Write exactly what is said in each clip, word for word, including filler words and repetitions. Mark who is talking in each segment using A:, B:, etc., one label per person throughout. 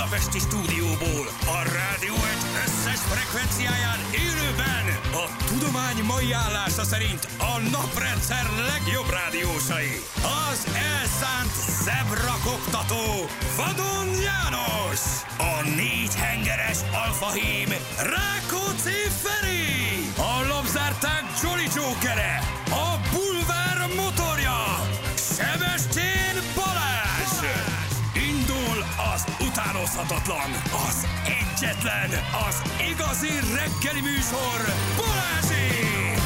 A: budapesti stúdióból, a Rádió egy összes frekvenciáján élőben a tudomány mai állása szerint a naprendszer legjobb rádiósai. Az elszánt zebrakoktató Vadon János, a négy hengeres alfahím Rákóczi Feri, a labzárták Jolly Jokere, a bulvár motorja Sebestyén Balázs. Indul az utánozhatatlan, az egyetlen, az igazi reggeli műsor, Balázsék!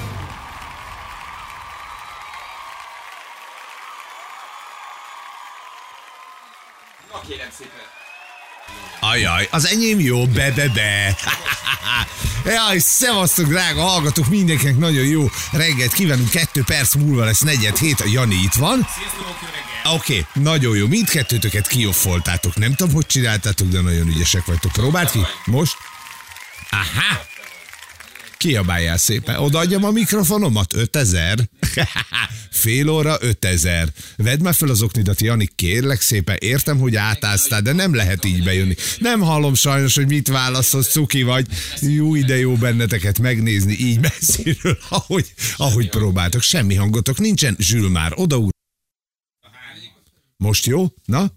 B: Na kérem szépen!
C: Ajaj, az enyém jó, be-be-be. Jaj, szevasztok, drága hallgatók, mindenkinek nagyon jó reggelt kívánunk, kettő perc múlva lesz negyed hét, a Jani itt van. Oké, okay, nagyon jó, mindkettőtöket kioffoltátok, nem tudom, hogy csináltátok, de nagyon ügyesek vagytok. Próbáld ki, most. Aha! Kiabáljál szépen. Odaadjam a mikrofonomat? ötezer? Fél óra ötezer. Vedd már fel az oknidat, Jani, kérlek szépen. Értem, hogy átáztál, de nem lehet így bejönni. Nem hallom sajnos, hogy mit válaszolsz, cuki vagy. Jó ide jó benneteket megnézni így messziről, ahogy, ahogy próbáltok. Semmi hangotok nincsen. Zsül már oda úr. Most jó? Na?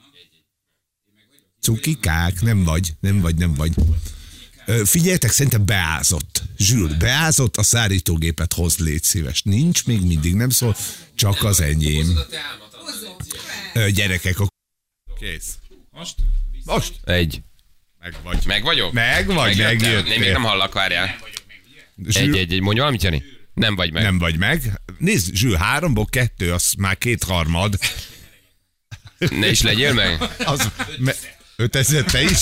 C: Cukikák, nem vagy, nem vagy, nem vagy. Figyeljetek, szerintem beázott. Zsül, beázott, a szárítógépet hoz, légy szíves. Nincs, még mindig nem szól, csak az enyém. Ö, gyerekek, a... Kész.
B: Most?
C: Most?
D: Egy.
C: Meg vagy.
D: Meg vagyok?
C: Meg vagy, megjöttél.
D: Én még nem hallak, várjál.
C: Zsül...
D: Egy, egy, egy, mondj valamit, Jani? Nem vagy meg.
C: Nem vagy meg. Nézd, Zsül, háromból kettő, az már kétharmad.
D: Ne is legyél meg?
C: Az... Ötezer te is?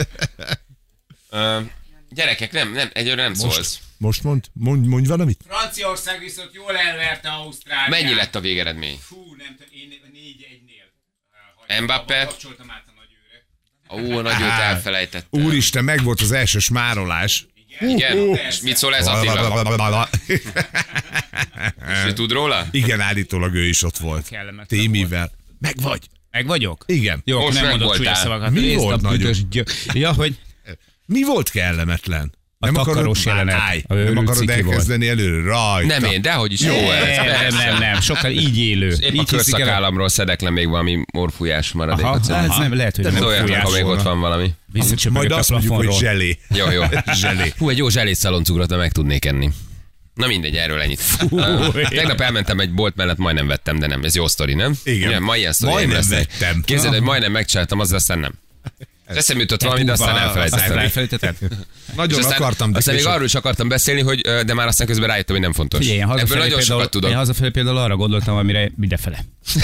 D: Uh, gyerekek, nem, nem, egyőre nem
C: most,
D: szólsz.
C: Most mond, mondj, mondj valamit.
B: Franciaország viszont jól elverte Ausztráliát.
D: Mennyi lett a végeredmény?
B: Fú, nem tudom, én négy egynél.
D: Mbappé?
B: Kapcsoltam át a nagy őre.
D: Ó, a nagyot elfelejtettem.
C: Úristen, megvolt az első smárolás.
D: Igen? És mit szól ez Attila? És tud róla?
C: Igen, állítólag ő is ott volt. Témivel. Meg vagy.
B: Meg vagyok?
C: Igen.
B: Jó,
D: most
B: nem mondok csúnya szavakat.
C: Mi volt nagyon?
B: Ja, hogy...
C: Mi volt kellemetlen?
B: A
C: nem
B: takaros
C: akarod,
B: jelenet.
C: állj, nem akarod elkezdeni előre, rajta.
D: Nem én, dehogy is jó ez.
B: Nem, nem, nem, sokkal így élő.
D: Épp
B: így
D: a körszakállamról szedek le még valami orfújás maradékot.
B: Aha, ez nem lehet, hogy nem
D: orfújás. Ha még ott van valami.
C: Majd azt mondjuk, hogy zselé.
D: Jó, jó.
C: Zselé.
D: Hú, egy jó zselét szaloncukrot meg tudnék enni. Na mindegy, erről ennyit. Uh, tegnap elmentem egy bolt mellett, majdnem vettem, de nem. Ez jó sztori, nem?
C: Igen.
D: Ja, ma ilyen sztori
C: majdnem
D: nem
C: vettem.
D: Képzeld, hogy majdnem megcsináltam, az aztán nem. Eszem jutott valami, de aztán elfelejtettem.
B: elfelejtetted?
C: Nagyon
D: aztán,
C: akartam.
D: Aztán még arról is akartam beszélni, hogy, de már aztán közben rájöttem, hogy nem fontos.
B: Figyelj, én
D: Ebből nagyon sokat tudok.
B: Én hazafelé például arra gondoltam, amire idefele.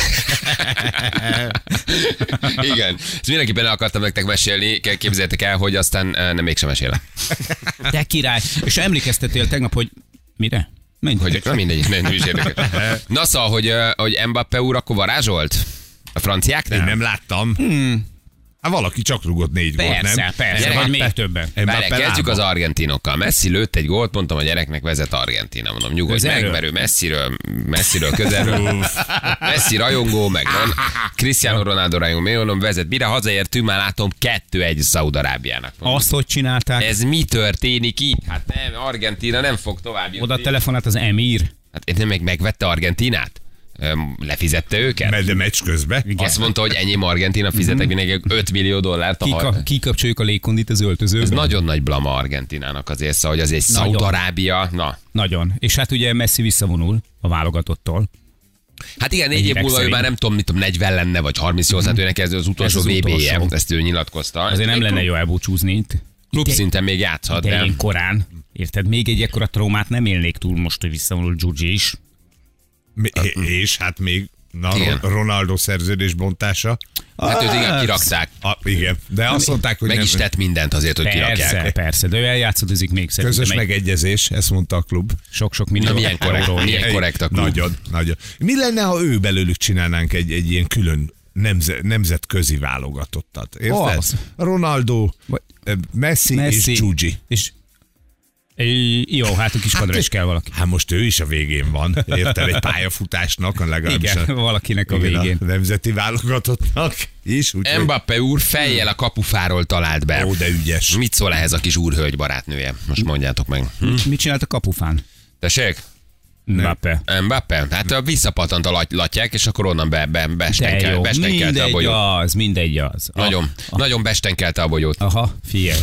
D: Igen. Ezt mindenképpen el akartam nektek mesélni, képzeljétek el, hogy aztán nem mégsem mesélek.
B: Te király. És emlékeztetél tegnap, hogy mire? Menj,
D: hogy, na mindegy, nem is érdekel. Na szóval, hogy, hogy Mbappé úr akkor varázsolt? A franciáknál?
C: Én nem láttam. Hmm. Hát valaki csak rúgott négy gólt, nem?
B: Persze, persze, vagy még többen.
D: Várj, kezdjük az argentinokkal. Messi lőtt egy gólt, mondtam, a gyereknek vezet Argentina. Mondom, nyugodj meg, mert ő Messiről, Messiről közelről. Messi rajongó, meg van. Cristiano Ronaldo rajongó, még mondom, vezet. Mire hazaértünk, már látom kettő egy Szaúd-Arábiának.
B: Azt hogy csinálták?
D: Ez mi történik itt? Hát nem, Argentina nem fog tovább jutni.
B: Oda telefonált az emír.
D: Hát én meg megvette Argentinát? Lefizette őket?
C: Mert de meccs közben.
D: Igen. Azt mondta, hogy ennyi Argentina fizetek mindenki öt millió dollárt. A
B: Kika, kikapcsoljuk a légkondit az öltözőben.
D: Ez nagyon nagy blama Argentinának azért, szóval, hogy az egy Szaúd-Arábia. Na.
B: Nagyon. És hát ugye Messi visszavonul a válogatottól.
D: Hát igen, négy év múlva ő már nem tudom, mit tudom, negyven lenne, vagy harmincnyolc, hát ő neki ez az utolsó vé bé-je, ezt ő nyilatkozta.
B: Azért nem lenne jó elbúcsúzni itt.
D: Klub szinten még játszhat,
B: de
D: nem?
B: én korán. Érted? Még egy ekkora traumát nem élnék túl most, hogy visszavonul Giugi is.
C: És hát még na,
D: igen.
C: Ronaldo szerződés bontása.
D: Hát őt igen, kirakták.
C: A, igen, de azt mondták, hogy
D: meg
C: nem...
D: is tett mindent azért, hogy
B: persze,
D: kirakják.
B: Persze, persze, de ő eljátszadozik még szerintem.
C: Közös
B: meg...
C: megegyezés, ezt mondta a klub.
B: Sok-sok millió.
D: Na, milyen korrekt, milyen korrekt a klub.
C: Nagyon, nagyon. Mi lenne, ha ő belőlük csinálnánk egy, egy ilyen külön nemzet, nemzetközi válogatottat? Érted?
B: Az.
C: Ronaldo, Messi, Messi és Giugi.
B: És Jó, hát a kispadra hát, is kell valaki.
C: Hát most ő is a végén van, érted, egy pályafutásnak, legalábbis
B: igen,
C: a,
B: valakinek a végén.
C: A nemzeti válogatottnak is. Úgy,
D: Mbappé úr fejjel a kapufáról talált be.
C: Ó, de ügyes.
D: Mit szól ehhez a kis úrhölgy barátnője? Most mondjátok meg. Hm?
B: Mit csinált a kapufán?
D: Tessék?
B: Mbappé.
D: Mbappé? Hát visszapatant a latják, és akkor onnan be, be, bestenkel, bestenkelte a bolyót.
B: az, mindegy az.
D: Nagyon, ah, nagyon bestenkelte a bolyót.
B: Aha, figyelj.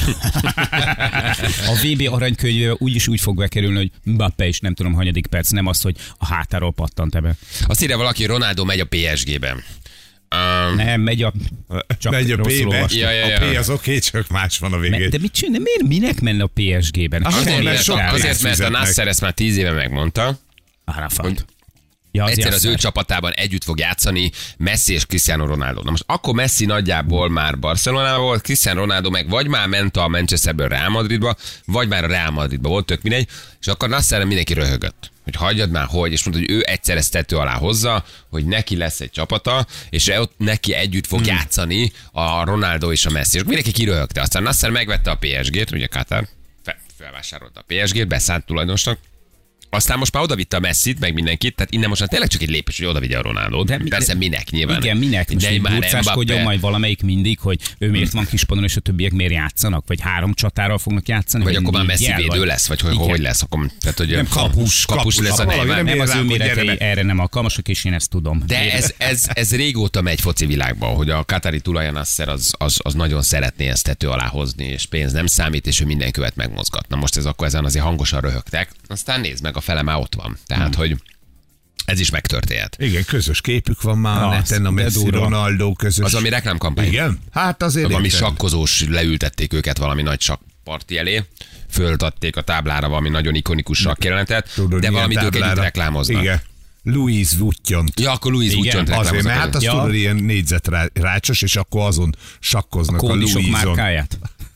B: A vé bé aranykönyvébe úgyis úgy fog bekerülni, hogy Mbappé is nem tudom, hanyadik perc, nem az, hogy a hátáról pattant ebbe.
D: Azt írja valaki, Ronaldo megy a pé es gében.
B: Um, nem, megy a...
C: Csak megy a P-be.
D: Ja, ja, ja.
C: A P az oké, csak más van a végén.
B: De mit csinál? Miért, minek menne a pé es gében?
D: Azért,
C: Azért,
D: mert,
C: sok
D: azért, mert a Nasser ezt már tíz éve megmondta.
B: Arafat.
D: Ja, az egyszer az ő csapatában együtt fog játszani Messi és Cristiano Ronaldo. Na most akkor Messi nagyjából már Barcelonában volt, Cristiano Ronaldo meg vagy már ment a Manchesterből Real Madridba, vagy már a Real Madridba volt, tök mindegy, és akkor Nasserre mindenki röhögött. Hogy hagyjad már, hogy, és mondta, hogy ő egyszer ezt tető alá hozza, hogy neki lesz egy csapata, és ott neki együtt fog hmm. játszani a Ronaldo és a Messi. És mindenki kiröhögte. Aztán Nasser megvette a pé es gét, ugye Katar, felvásárolta a pé es gét, beszállt tulajdonosnak. Aztán most már odavitte a Messit, meg mindenkit, tehát innen most már tényleg csak egy lépés, hogy odavigye a Ronaldot. De, Persze minek nyilván.
B: Igen, minek? Most így burcáskodjon majd valamelyik mindig, hogy ő miért van kispadon, és a többiek miért játszanak, vagy három csatárral fognak játszani.
D: Vagy akkor már Messi védő vagy... lesz, vagy hogy, hogy lesz. Akkor, tehát, hogy nem, kapus, kapus, kapus lesz a
B: nem, nem, nem az ő méretei erre nem alkalmasak, és én ezt tudom.
D: De ez, ez, ez régóta megy foci világban, hogy a katari tulaj Nasser az, az, az nagyon szeretné ezt tető alá hozni, és pénz nem számít, és ő minden követ megmozgat. Na most ez akkor ezen azért hangosan röhögtek. Aztán nézd meg, a fele már ott van. Tehát, hmm. hogy ez is megtörténhet.
C: Igen, közös képük van már a neten, a Messi, Ronaldo közös.
D: Az, ami reklámkampány.
C: Igen? Hát azért
D: valami sakkozós, leültették őket valami nagy sakkparti elé, föltatték a táblára valami nagyon ikonikus sakkjelenetet, de valamit ők együtt reklámoznak. Igen.
C: Louis Vuitton-t.
D: Ja, akkor Louis Vuitton-t reklámoznak.
C: Azért, mert hát az ja. tudod, ilyen négyzetrácsos, és akkor azon sakkoznak a, a Louison.
B: Márkáját.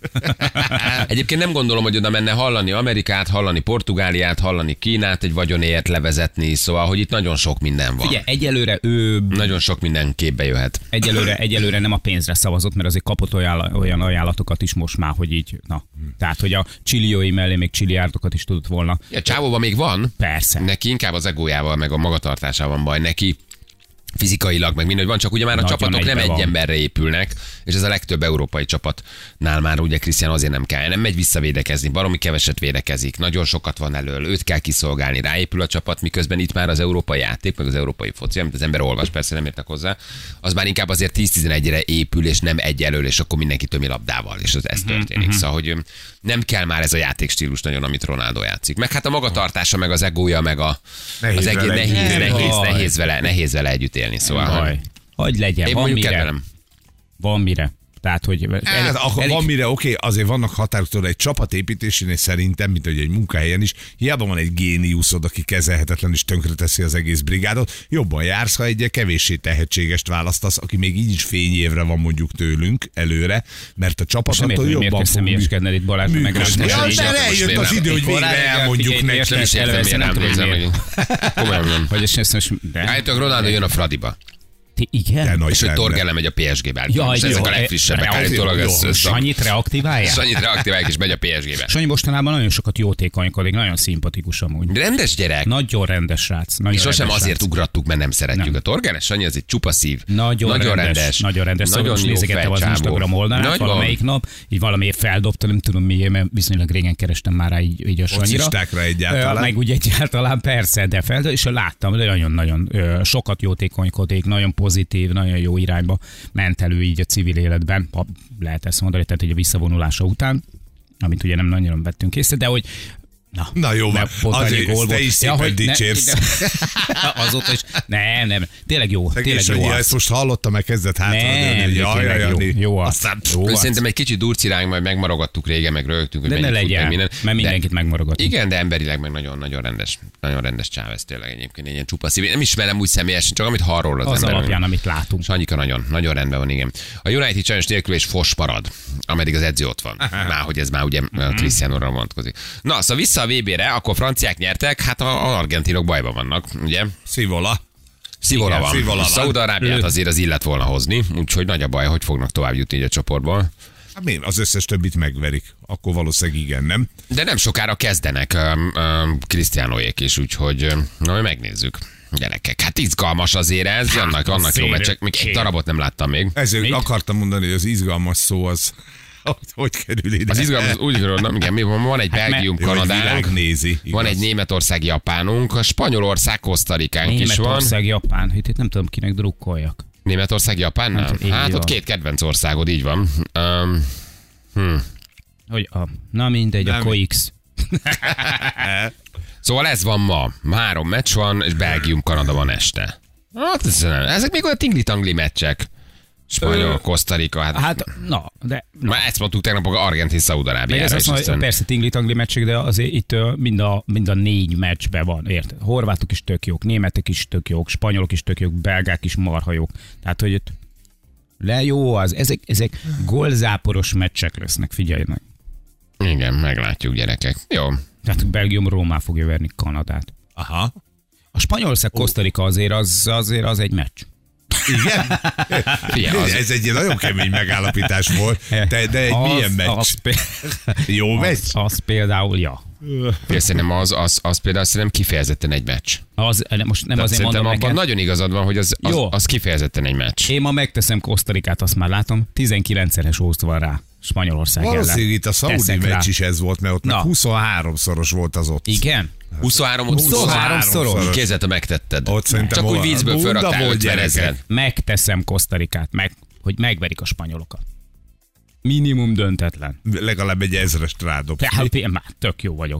D: Egyébként nem gondolom, hogy oda menne hallani Amerikát, hallani Portugáliát, hallani Kínát, egy vagyonért levezetni, szóval, hogy itt nagyon sok minden van.
B: Ugye, egyelőre ő...
D: Nagyon sok minden képbe jöhet.
B: Egyelőre, egyelőre nem a pénzre szavazott, mert azért kapott olyan ajánlatokat is most már, hogy így, na. Tehát, hogy a csilliói mellé még csilliárdokat is tudott volna.
D: Ja, csávóban még van.
B: Persze.
D: Neki inkább az egójával, meg a magatartásával van baj. Neki fizikailag, meg mindegy van, csak ugye már a nagyon csapatok nem egy van. emberre épülnek, és ez a legtöbb európai csapatnál már ugye Cristiano azért nem kell, nem megy visszavédekezni, baromi keveset védekezik, nagyon sokat van elől, őt kell kiszolgálni, ráépül a csapat, miközben itt már az európai játék, meg az európai foci, amit az ember olvas, persze nem értek hozzá, az már inkább azért tíz-tizenegyre épül, és nem egy elől, és akkor mindenki tömi labdával, és az ez történik. Mm-hmm. Szóval, hogy nem kell már ez a játékstílus nagyon, amit Ronaldo játszik. Meg hát a magatartása, meg az egója, meg a, nehéz az egész nehéz, nehéz, nehéz, nehéz, vele, nehéz vele együtt élni. Szóval,
B: hogy legyen, van mire. Kedvelem. Van mire. Tehát, hogy
C: hát, elég... van mire, oké, okay, azért vannak határok, tudod, egy csapatépítésénél szerintem, mint hogy egy munkahelyen is, hiába van egy géniuszod, aki kezelhetetlen és tönkreteszi az egész brigádot, jobban jársz, ha egy kevéssé tehetségest választasz, aki még így is fényévre van mondjuk tőlünk előre, mert a csapat attól jobban
B: fog személyeskedned itt Balázs, meg
C: ja, mert eljött az idő, hogy végre elmondjuk neki.
D: Nem is értem, miért nem nézem, hogy komolyan nem.
B: Hogy ezt most...
D: Állítok, Ronaldo jön a Fradiba.
B: Igen?
D: És hogy Torgele megy a pé es gébe.
B: Ja,
D: és ezek a legfrissebbek állítólag.
B: Sanyit reaktiválják?
D: Sanyit reaktiválják, és megy a pé es gébe.
B: Sanyi mostanában nagyon sokat jótékonykodik, nagyon szimpatikus amúgy.
D: Rendes gyerek.
B: Nagyon rendes srác. Nagyon
D: és sosem
B: rendes
D: azért
B: srác.
D: ugrattuk, mert nem szeretjük. Nem. A Torgele Sanyi az egy csupa szív.
B: Nagyon, nagyon rendes, rendes. Nagyon rendes. Nagyon jó nézegettem az Instagram oldalát valamelyik nap, így valamiért feldobta, nem tudom miért, mert viszonylag régen kerestem már rá így, így a Sanyira.
C: Egyáltalán.
B: Meg úgy egyáltalán persze, de fel, és láttam, de nagyon-nagyon sokat jótékonykodik, nagyon pozitív, nagyon jó irányba ment elő így a civil életben, ha lehet ezt mondani, tehát egy a visszavonulása után, amit ugye nem nagyon vettünk észre, de hogy
C: Na, Na jó van, azért te is szépen ja, dicsérsz.
B: Ne, azóta is, nem, nem, tényleg jó, tényleg jó
C: arc. Ezt most hallottam, meg kezdett hátradőlni, hogy jaj, jaj, jaj,
B: jó, jó arc.
D: Szerintem egy kicsit durciránk, majd megmarogattuk régen, meg rögtünk, hogy
B: de ne legyen, minden. Mert mindenkit megmarogatunk.
D: Igen, de emberileg meg nagyon, nagyon rendes, nagyon rendes Chávez tényleg egyébként, egy ilyen csupa szív. Nem ismerem úgy személyesen, csak amit hallról az, az ember. Az
B: alapján, amit látunk.
D: Sanyika nagyon, nagyon rendben van, igen. A United sajnos nélkül és fos marad, ameddig az edző ott van. Már hogy ez már ugye Cristianóra vonatkozik. Na, szóval vissza a vé bére, akkor franciák nyertek, hát az argentinok bajban vannak, ugye?
C: Szivola.
D: Szivola van. Szaúd-Arábiát azért az illet volna hozni, úgyhogy nagy a baj, hogy fognak tovább jutni így a csoportból.
C: Hát miért? Az összes többit megverik. Akkor valószínűleg igen, nem?
D: De nem sokára kezdenek um, um, Cristianoék is, úgyhogy um, na, majd megnézzük. Gyerekek, hát izgalmas azért ez, hát, vannak, vannak jó meccsek, még egy darabot nem láttam még.
C: Ezért
B: Mit?
C: akartam mondani, hogy az izgalmas szó az hogy kerül ide.
D: Az izgalmas, az úgy gondolom, igen, mi van, van egy Belgium, Kanadánk,
C: nézi,
D: van egy Németország, Japánunk, a Spanyolország, Kosztarikánk is van.
B: Németország, Japán, itt, itt nem tudom kinek drukkoljak.
D: Németország, Japán? Nem.
B: Hát, így
D: Hát
B: van.
D: ott két kedvenc országod, így van. Um, hm.
B: Hogy a, na mindegy,
C: Nem.
B: akkor X.
D: Szóval ez van ma. Három meccs van, és Belgium, Kanada van este. Hát ez, ezek még olyan tingli-tangli meccsek. Spanyol, Kosztarika, hát...
B: Hát, na, de... Na.
D: Már ezt mondtuk tegnap a Argentin,
B: Meg ez
D: Szaúd-Arábiára.
B: azt mondja, persze tingli-tangli meccsek, de azért itt ö, mind a, mind a négy meccsben van, érted? Horvátok is tök jók, németek is tök jók, spanyolok is tök jók, belgák is marha jók. Tehát, hogy itt le jó az, ezek, ezek gólzáporos meccsek lesznek, figyelj meg.
D: Igen, meglátjuk, gyerekek. Jó.
B: Tehát Belgium Rómá fogja verni Kanadát.
C: Aha.
B: A Spanyolország, Kosztarika azért az, azért az egy meccs.
C: Igen?
D: Figyelj, az-
C: Ez egy nagyon kemény megállapítás volt. De, de egy
B: az,
C: milyen meccs?
B: Az, pé-
C: Jó meccs?
B: az, az például, ja.
D: Figyelj, szerintem az, az, az például szerintem kifejezetten egy meccs.
B: Az, most nem
D: Tehát
B: azért
D: szerintem
B: mondom
D: abban
B: neked.
D: nagyon igazad van, hogy az, az,
B: Jó.
D: az kifejezetten egy meccs.
B: Én ma megteszem Kosztarikát, azt már látom. tizenkilencszeres ószt van rá Spanyolország ellen.
C: Valószínűleg itt a szaudi
B: Teszek rá.
C: meccs is ez volt, mert ott meg
B: Na.
C: huszonháromszoros volt az ott.
B: Igen?
D: huszonhárom
B: huszonháromszoros.
D: Kézzel te megtetted.
C: Ott szerintem
D: Csak úgy
C: olyan-
D: vízből
C: bunda
D: fölraktál
C: volt,
D: ötven
C: gyerekek.
D: ezret.
B: Megteszem Kosztarikát, meg, hogy megverik a spanyolokat. Minimum döntetlen.
C: Legalább egy ezrest rádobsz.
B: Tehát én már tök jó vagyok.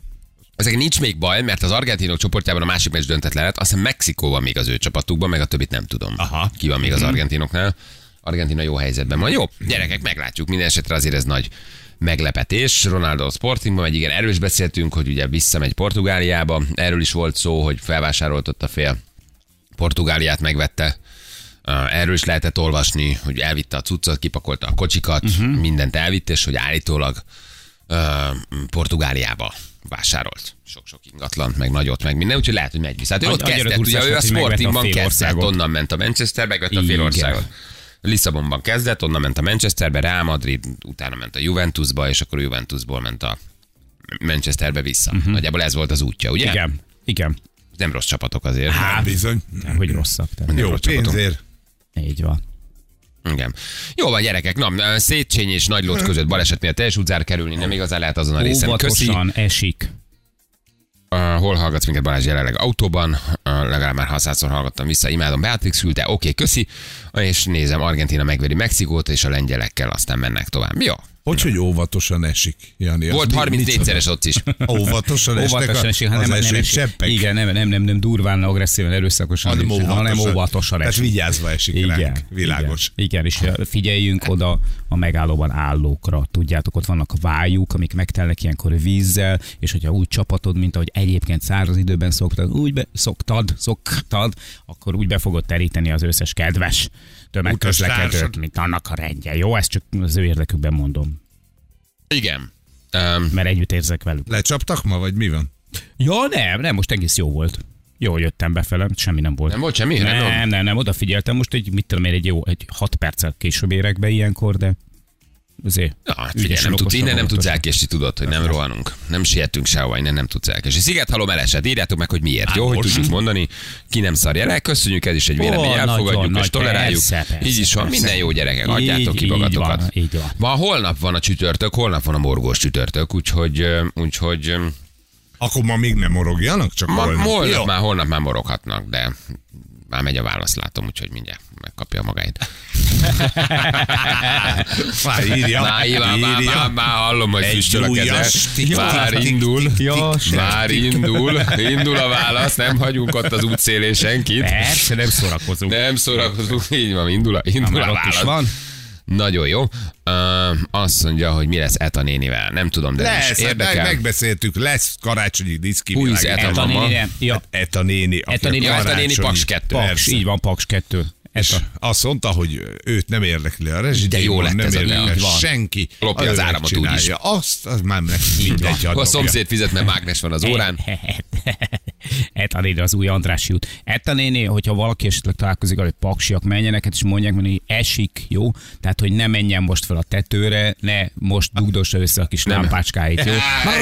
D: Ezek nincs még baj, mert az argentinok csoportjában a másik meccs döntetlen lett, aztán Mexikó van még az ő csapatukban, meg a többit nem tudom.
C: Aha.
D: Ki van még az argentinoknál. Argentina jó helyzetben van. Jó, gyerekek, meglátjuk. Minden esetre azért ez nagy meglepetés. Ronaldo a Sportingban, meg igen, erről is beszéltünk, hogy ugye visszamegy Portugáliába. Erről is volt szó, hogy felvásároltott a fél. Portugáliát megvette. Uh, Erről is lehetett olvasni, hogy elvitte a cuccot, kipakolta a kocsikat, uh-huh. mindent elvitt, és hogy állítólag uh, Portugáliába vásárolt sok-sok ingatlant, meg nagyot, meg minden, úgyhogy lehet, hogy megy vissza. Hát ő
B: Agy-
D: ott
B: annyira
D: kezdett, ugye
B: durcás
D: ő a
B: volt, hogy megvette a
D: Sportingban
B: fél
D: kezdett,
B: országot.
D: onnan ment a Manchester, megvette a fél
B: Igen.
D: országot. Lisszabonban kezdett, onnan ment a Manchesterbe, Real Madrid, utána ment a Juventusba, és akkor a Juventusból ment a Manchesterbe vissza. Uh-huh. Nagyjából ez volt az útja, ugye?
B: Igen, igen.
D: Nem rossz csapatok azért.
C: Hát bizony.
B: Hogy rosszak. Tehát.
C: Jó
D: rossz csapatok.
C: pénzért.
B: Így van.
D: Igen. Jó van, gyerekek, na, Széchenyi és Nagylót között baleset miatt teljes utcára kerülni, nem igazán lehet azon a részen. Köszi.
B: Óvatosan esik.
D: Uh, hol hallgatsz minket, Balázs? Jelenleg autóban, uh, legalább már hatszázszor hallgattam vissza, imádom Beatrix Hülte, oké, okay, köszi, és nézem, Argentina megveri Mexikót, és a lengyelekkel aztán mennek tovább. Jó.
C: Hogy, hogy óvatosan esik, Jani? Az
D: Volt
C: mi-
D: harmincnégyszeres ott is.
C: Óvatosan esnek
B: Óvatosan
C: a,
B: esik, ha
C: az
B: nem, nem,
C: eső
B: nem,
C: cseppek.
B: igen, nem, nem, nem, nem durván, agresszíven, erőszakosan,
C: Hanem
B: hanem óvatosan, hanem óvatosan
C: Tehát
B: esik.
C: vigyázva esik ránk. Világos.
B: Igen, igen, és figyeljünk oda a megállóban állókra. Tudjátok, ott vannak vályuk, amik megtelnek ilyenkor vízzel, és hogyha úgy csapatod, mint ahogy egyébként száraz időben szoktad, úgy be, szoktad, szoktad, akkor úgy be fogod teríteni az összes kedves tömegközlekedőt,
C: Utastársad.
B: mint annak a rendje. Jó, ezt csak az ő érdekükben mondom,
D: Igen. Um,
B: mert együtt érzek velük.
C: Lecsaptak ma, vagy mi van?
B: Ja, nem, nem, most egész jó volt. Jól jöttem befele, semmi nem volt.
D: nem volt semmi?
B: Nem,
D: Nem,
B: nem, nem, nem, odafigyeltem, most egy, mit tudom én, egy jó, egy hat perccel később érek be ilyenkor, de azért.
D: Ja, hát figyelj,
B: ügyesen,
D: nem tudsz,
B: okosan,
D: innen nem tudsz
B: óvatosan.
D: elkésni, tudod, hogy nem rohanunk. Nem sietünk sehova, innen nem tudsz elkésni. Szigethalom eleset, írjátok meg, hogy miért. Jó, hogy
C: most.
D: tudjuk mondani. Ki nem szarja el, köszönjük, ez is egy vélemény,
B: Ó,
D: elfogadjuk
B: nagy van,
D: és
B: nagy,
D: toleráljuk.
B: persze, persze,
D: Így is van,
B: persze.
D: minden jó gyerekek, adjátok
B: Így-
D: ki
B: így
D: magatokat.
B: van, így van.
D: Ma holnap van a csütörtök, holnap van a morgós csütörtök, úgyhogy, ö, úgyhogy ö,
C: Akkor ma még nem morogjanak, csak
D: ma,
C: holnap.
D: holnap,
C: Jó.
D: már, holnap már moroghatnak, de már megy a válasz, látom, úgyhogy mindjárt megkapja magáit.
C: Már írja,
D: Már, már, már,
C: írja.
D: már, már hallom, hogy
C: Egy
D: füstöl a
C: újas
D: keze.
C: tik,
D: Már
C: tik, tik,
D: indul.
C: tik, tik,
B: Ja,
C: tik.
D: Már indul. Indul a válasz, nem hagyunk ott az útszélén senkit.
B: Persze, nem szórakozunk.
D: Nem szórakozunk, így van, indul a,
B: Na,
D: indul
B: már
D: a
B: ott is
D: válasz.
B: van.
D: Nagyon jó. Uh, azt mondja, hogy mi lesz Eta nénivel. Nem tudom, de nem is
C: Lesz, hát meg,
D: érdekel.
C: megbeszéltük, lesz karácsonyi diszki.
D: Hú, hisz
C: világítás.
D: Eta
B: Eta
D: mama.
B: néni, nem. Ja,
C: Eta néni. aki
B: Eta néni,
C: a
B: Eta
D: néni
C: karácsonyi-
D: Paks kettő.
B: Paks,
C: Persze.
B: így van, Paks kettő.
C: És azt mondta, hogy őt nem érdekli a rezsi,
D: de jó lett
C: nem
D: ez a
C: érdekli
D: van.
C: senki.
D: Lopja az áramot úgyis.
C: Azt, az már mindegy.
D: A szomszéd fizet, mert mágnes van az órán.
B: Eta néni az új Andrássy út. Eta néni, hogyha valaki esetleg találkozik, hogy paksiak menjenek, és mondják, hogy esik, jó? Tehát, hogy ne menjen most fel a tetőre, ne most dugdossa össze a kis nem. lámpácskáit, jó?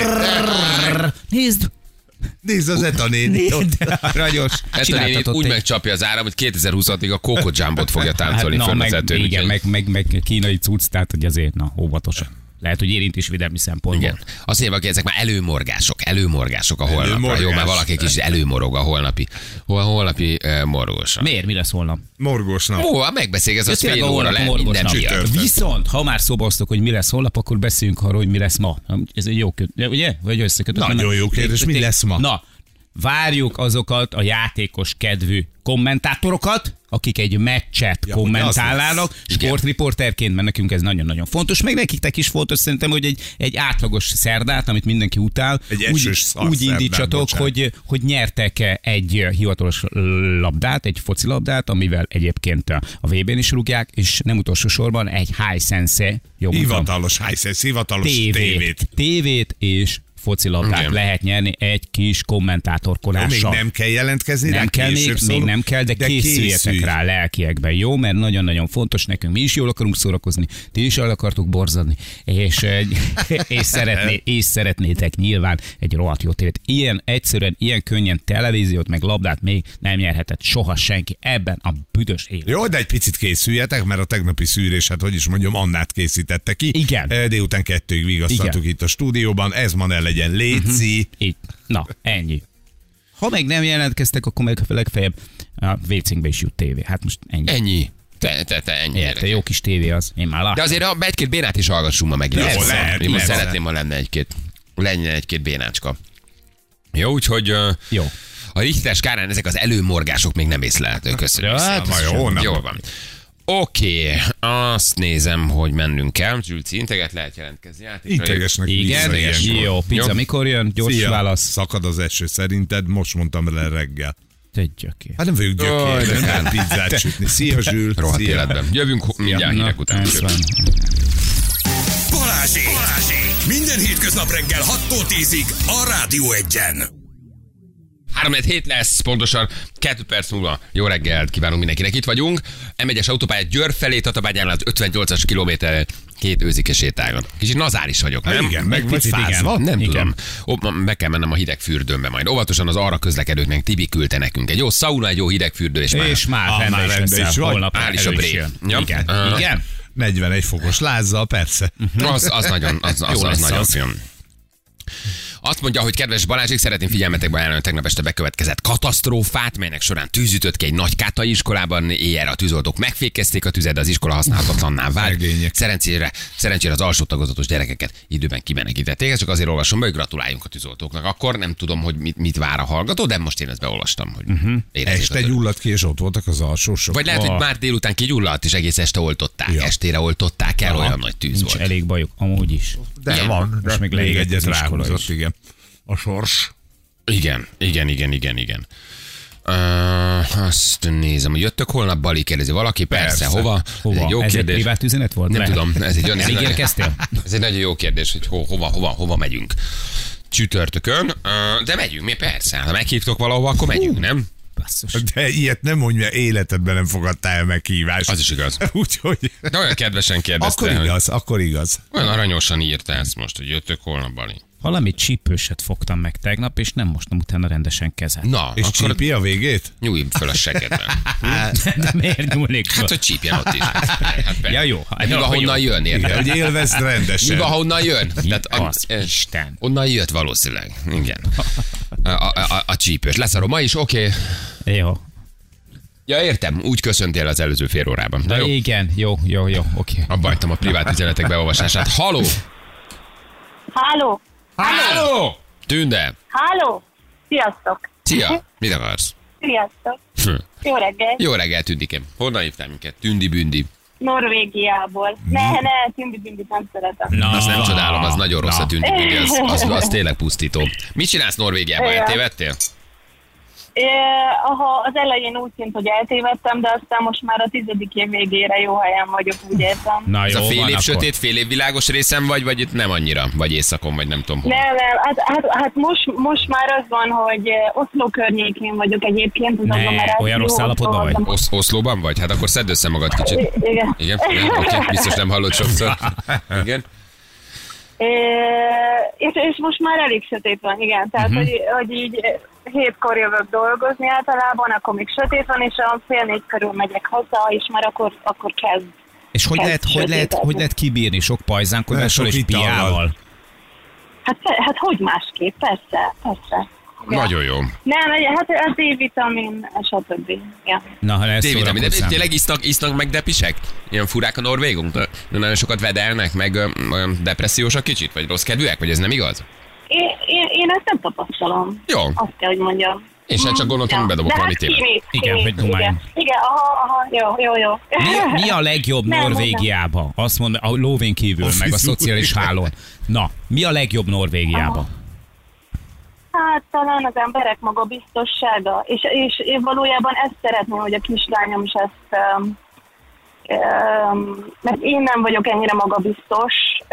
B: Nézd!
C: Nézd az Eta nénit ott.
B: Ragyos.
D: Eta nénit úgy megcsapja az áram, hogy kétezer-huszatig a Coco Jumbot fogja táncolni
B: hát,
D: fönn
B: meg,
D: a tetőn.
B: Igen, meg, meg, meg kínai cucc, tehát hogy azért, na, óvatosan. Lehet, hogy érint is védelmi szempontból.
D: Igen. Azt mondja, hogy ezek már előmorgások, előmorgások a holnapra. Előmorgás. Jó, már valaki kis előmorog a holnapi, hol, holnapi uh, morgósa.
B: Miért? Mi lesz holnap?
C: Morgós nap.
D: Ó, megbeszélgetsz, az fél óra lehet minden miatt.
B: Viszont, ha már szoboztok, hogy mi lesz holnap, akkor beszéljünk arról, hogy mi lesz ma. Ez egy jó kérdés, ugye? Vagy összekötött?
C: Nagyon jó kérdés, mi lesz ma?
B: Na, várjuk azokat a játékos kedvű kommentátorokat, akik egy meccset ja, kommentálnának, sportriporterként, mert nekünk ez nagyon-nagyon fontos, meg nekiktek is fontos szerintem, hogy egy, egy átlagos szerdát, amit mindenki utál,
C: egy
B: úgy, úgy indítsatok, hogy, hogy nyertek egy hivatalos labdát, egy focilabdát, amivel egyébként a vé bén is rúgják, és nem utolsó sorban egy Hisense,
C: hivatalos Hisense, hivatalos tévét.
B: Tévét és focilabdát okay. lehet nyerni egy kis kommentátorkodással.
C: Még nem kell jelentkezni,
B: nem kell még, még nem kell, de,
C: de
B: készüljetek
C: készülj.
B: rá lelkiekben, jó? Mert nagyon-nagyon fontos nekünk. Mi is jól akarunk szórakozni, ti is el akartuk borzadni, és, és, szeretné, és szeretnétek nyilván egy rohadt jó tévét. Ilyen egyszerűen, ilyen könnyen televíziót, meg labdát még nem nyerhetett soha senki ebben a büdös életben.
C: Jó, de egy picit készüljetek, mert a tegnapi szűrés, hát hogy is mondjam, Annát készítette ki.
B: Igen.
C: Délután kettőig vigasztaltuk itt a stúdióban, ez ma ne legyen léci.
B: Uh-huh. Így. Na, ennyi. Ha meg nem jelentkeztek, akkor meg legfeljebb a vécénkbe is jut tévé. Hát most ennyi.
D: Ennyi. Te, te, te, ennyi.
B: Érte, jó kis tévé az. Én már látom.
D: De azért ha egy-két bénát is hallgassunk ma meg.
C: Jó, lehet,
D: Én most
C: lehet.
D: szeretném, ha lenne egy-két, lenne egy-két bénácska. Jó, úgyhogy uh,
B: jó.
D: A Richter skálán ezek az előmorgások még nem észlelhetők. Köszönjük
B: hát,
D: szépen. Jól van. Oké, okay, azt nézem, hogy mennünk kell. Zsülci integet, lehet jelentkezni.
C: Integesnek
B: igen, igen, jó. Pizza jó. Mikor jön? Gyors
C: Szia,
B: válasz.
C: Szakad az eső szerinted, most mondtam le reggel.
B: Te gyökér.
C: Hát nem vagyok gyökér, de nem pizzát sütni. Szia, Zsül.
D: Rohadt életben. Jövünk mindjárt hírek után.
A: Balázsék! Balázsék! Minden hétköznap reggel hattól tízig a Rádió Egyen.
D: három hét lesz, pontosan kettő perc múlva. Jó reggelt kívánunk mindenkinek, itt vagyunk. em egyes autópálya Győr felé, Tatabányán az ötvennyolcas kilométer két őzike sétáljon. Kicsit nazáris vagyok, nem?
C: Igen, meg vagy fázva.
D: Nem
B: igen.
D: tudom. Ó, meg kell mennem a hideg fürdőmbe majd. Óvatosan az arra közlekedőknek Tibi küldte nekünk. Egy jó szauna, egy jó hideg fürdő, és már,
B: és már,
C: ah,
B: rendben
C: már
B: is
C: rendben
B: lesz
C: is vagy.
B: holnap.
D: Áll is a bré.
B: Ja. Igen. Uh, igen.
C: negyvenegy fokos lázzal, persze.
D: Az, az nagyon, az, az, az, az nagyon
B: az.
D: film. Azt mondja, hogy kedves Balázsék, szeretném figyelmetekbe ajánlani a tegnap este bekövetkezett katasztrófát, melynek során tűz ütött ki egy nagy kátai iskolában, éjjel a tűzoltók megfékezték a tüzet, de az iskola használhatatlanná vált. Szerencsére, szerencsére az alsó tagozatos gyerekeket időben kimenekítették. Ezt csak azért olvasom be, hogy gratuláljunk a tűzoltóknak. Akkor nem tudom, hogy mit, mit vár a hallgató, de most én ezt beolvastam. Hogy uh-huh.
C: Este gyulladt ki, és ott voltak az alsósok.
D: Vagy lehet, hogy már délután kigyulladt, és egész este oltották. Ja. Estére oltották el, olyan nagy tűz
B: Nincs
D: volt.
B: elég bajuk, amúgy is.
C: De
D: igen.
C: van,
B: most még
C: még
B: leégett
C: egyet
B: az iskola
C: ráhúzott,
B: is.
C: igen. A sors.
D: Igen, igen, igen, igen, igen. Uh, azt nézem, hogy jöttök holnap, Bali kérdezi valaki, persze, persze. hova?
B: Hova?
D: Ez egy jó
B: ez
D: kérdés.
B: egy privát üzenet volt?
D: Nem
B: Lehet.
D: tudom, ez egy, ez, egy nagyon,
B: ez
D: egy nagyon jó kérdés, hogy ho, hova, hova, hova megyünk csütörtökön, uh, de megyünk, mi persze, ha meghívtok valahova, akkor megyünk, nem?
B: Basszus.
C: De ilyet nem mondj, mert életedben nem fogadtál el meghívást.
D: Az is igaz.
C: Úgyhogy...
D: De olyan kedvesen kérdezte.
C: Akkor igaz, akkor igaz.
D: Olyan aranyosan írta ezt most, hogy jöttök holnap, Bali.
B: Valami csípőset fogtam meg tegnap, és nem mostam utána rendesen kezet.
D: Na,
C: és
D: akkor
C: csípi a végét?
D: nyújj föl a segedben.
B: De miért nyúlnék föl?
D: Hát, hogy csípjen ott is. Hát,
B: ja, jó.
D: Mi van, honnan jön, érted?
C: Igen, hogy élvezd rendesen.
D: Mi van, honnan jön?
B: Tehát, az, Isten.
D: Onnan jött valószínűleg. Igen. A, a, a, a csípős. Leszarom ma is, oké. Okay.
B: Jó.
D: Ja, értem, úgy köszöntél az előző fél órában.
B: De jó. Igen, jó, jó, jó, oké. Okay.
D: Abba hagytam a privát üzenetek beolvasását. Haló!
E: Háló!
D: Háló! Tünde!
E: Háló! Sziasztok!
D: Szia! Mit akarsz?
E: Sziasztok!
D: Hm.
E: Jó reggel!
D: Jó reggel, Tündikem. Honnan hívtál minket? Tündi-bündi.
E: Norvégiából. Ne, ne, tündi-bündit nem szeretem.
D: Na, azt nem csodálom, az nagyon rossz a tündi-bündi, az, az, az tényleg pusztító. Mit csinálsz Norvégiában?
E: Ja.
D: Eltévedtél?
E: É, aha, az elején úgy tűnt, hogy eltévedtem, de aztán most már a tizedik év végére jó helyen vagyok, úgy érzem.
B: Na
D: Ez
B: jó,
D: a fél
B: van
D: év
B: akkor.
D: sötét, fél év világos részem vagy, vagy itt nem annyira? Vagy éjszakon, vagy nem tudom hol.
E: Nem, nem, hát, hát, hát most, most már az van, hogy eh, Oszló környékén vagyok egyébként, az
B: Ne,
E: agglomeráció.
B: olyan rossz állapotban vagy?
E: Oszló-
D: Osz- Oszlóban vagy? Hát akkor szedd össze magad kicsit.
E: I- Igen.
D: Igen? Igen? Oké, biztos nem hallott sokszor. Igen?
E: É, és, és most már elég sötét van, igen. Tehát, uh-huh. hogy, hogy így eh, hétkor jövök dolgozni általában, akkor még sötét van, és a fél négy körül megyek haza, és már akkor, akkor kezd.
B: És hogy
E: kezd
B: lehet, hogy, lehet,
E: sötétedni.
B: hogy lehet kibírni sok pajzánkodással
C: Sok
B: és
C: itallal.
B: piával?
E: Hát, pe- hát hogy másképp, persze, persze. Ja.
D: Nagyon jó.
E: Nem, hát a D-vitamin, stb. Ja.
B: Na, ha ezt
D: D-vitamin, de
B: szórakozzám.
D: tényleg isznak, isznak meg depisek? Ilyen furák a norvégunk? De nagyon sokat vedelnek, meg ö, olyan depressziósak kicsit? Vagy rossz kedvűek? Vagy ez nem igaz?
E: Én, én, én ezt nem tapasztalom.
D: Jó.
E: Azt kell, hogy mondjam.
D: És hát csak gondoltam, hogy bedobok
E: De
D: valami
E: hát
D: tévet.
E: kimész,
B: Igen,
E: kimész,
B: hogy dumáljunk.
E: Igen, igen, aha, aha, jó, jó, jó.
B: Mi, mi a legjobb
E: Nem,
B: Norvégiába? Azt mondom, a lóvén kívül, meg a
C: Office
B: szociális
C: újság.
B: hálón. Na, mi a legjobb Norvégiába?
E: Hát talán az emberek magabiztossága, és, és én valójában ezt szeretném, hogy a kislányom is ezt, um, um, mert én nem vagyok ennyire magabiztos,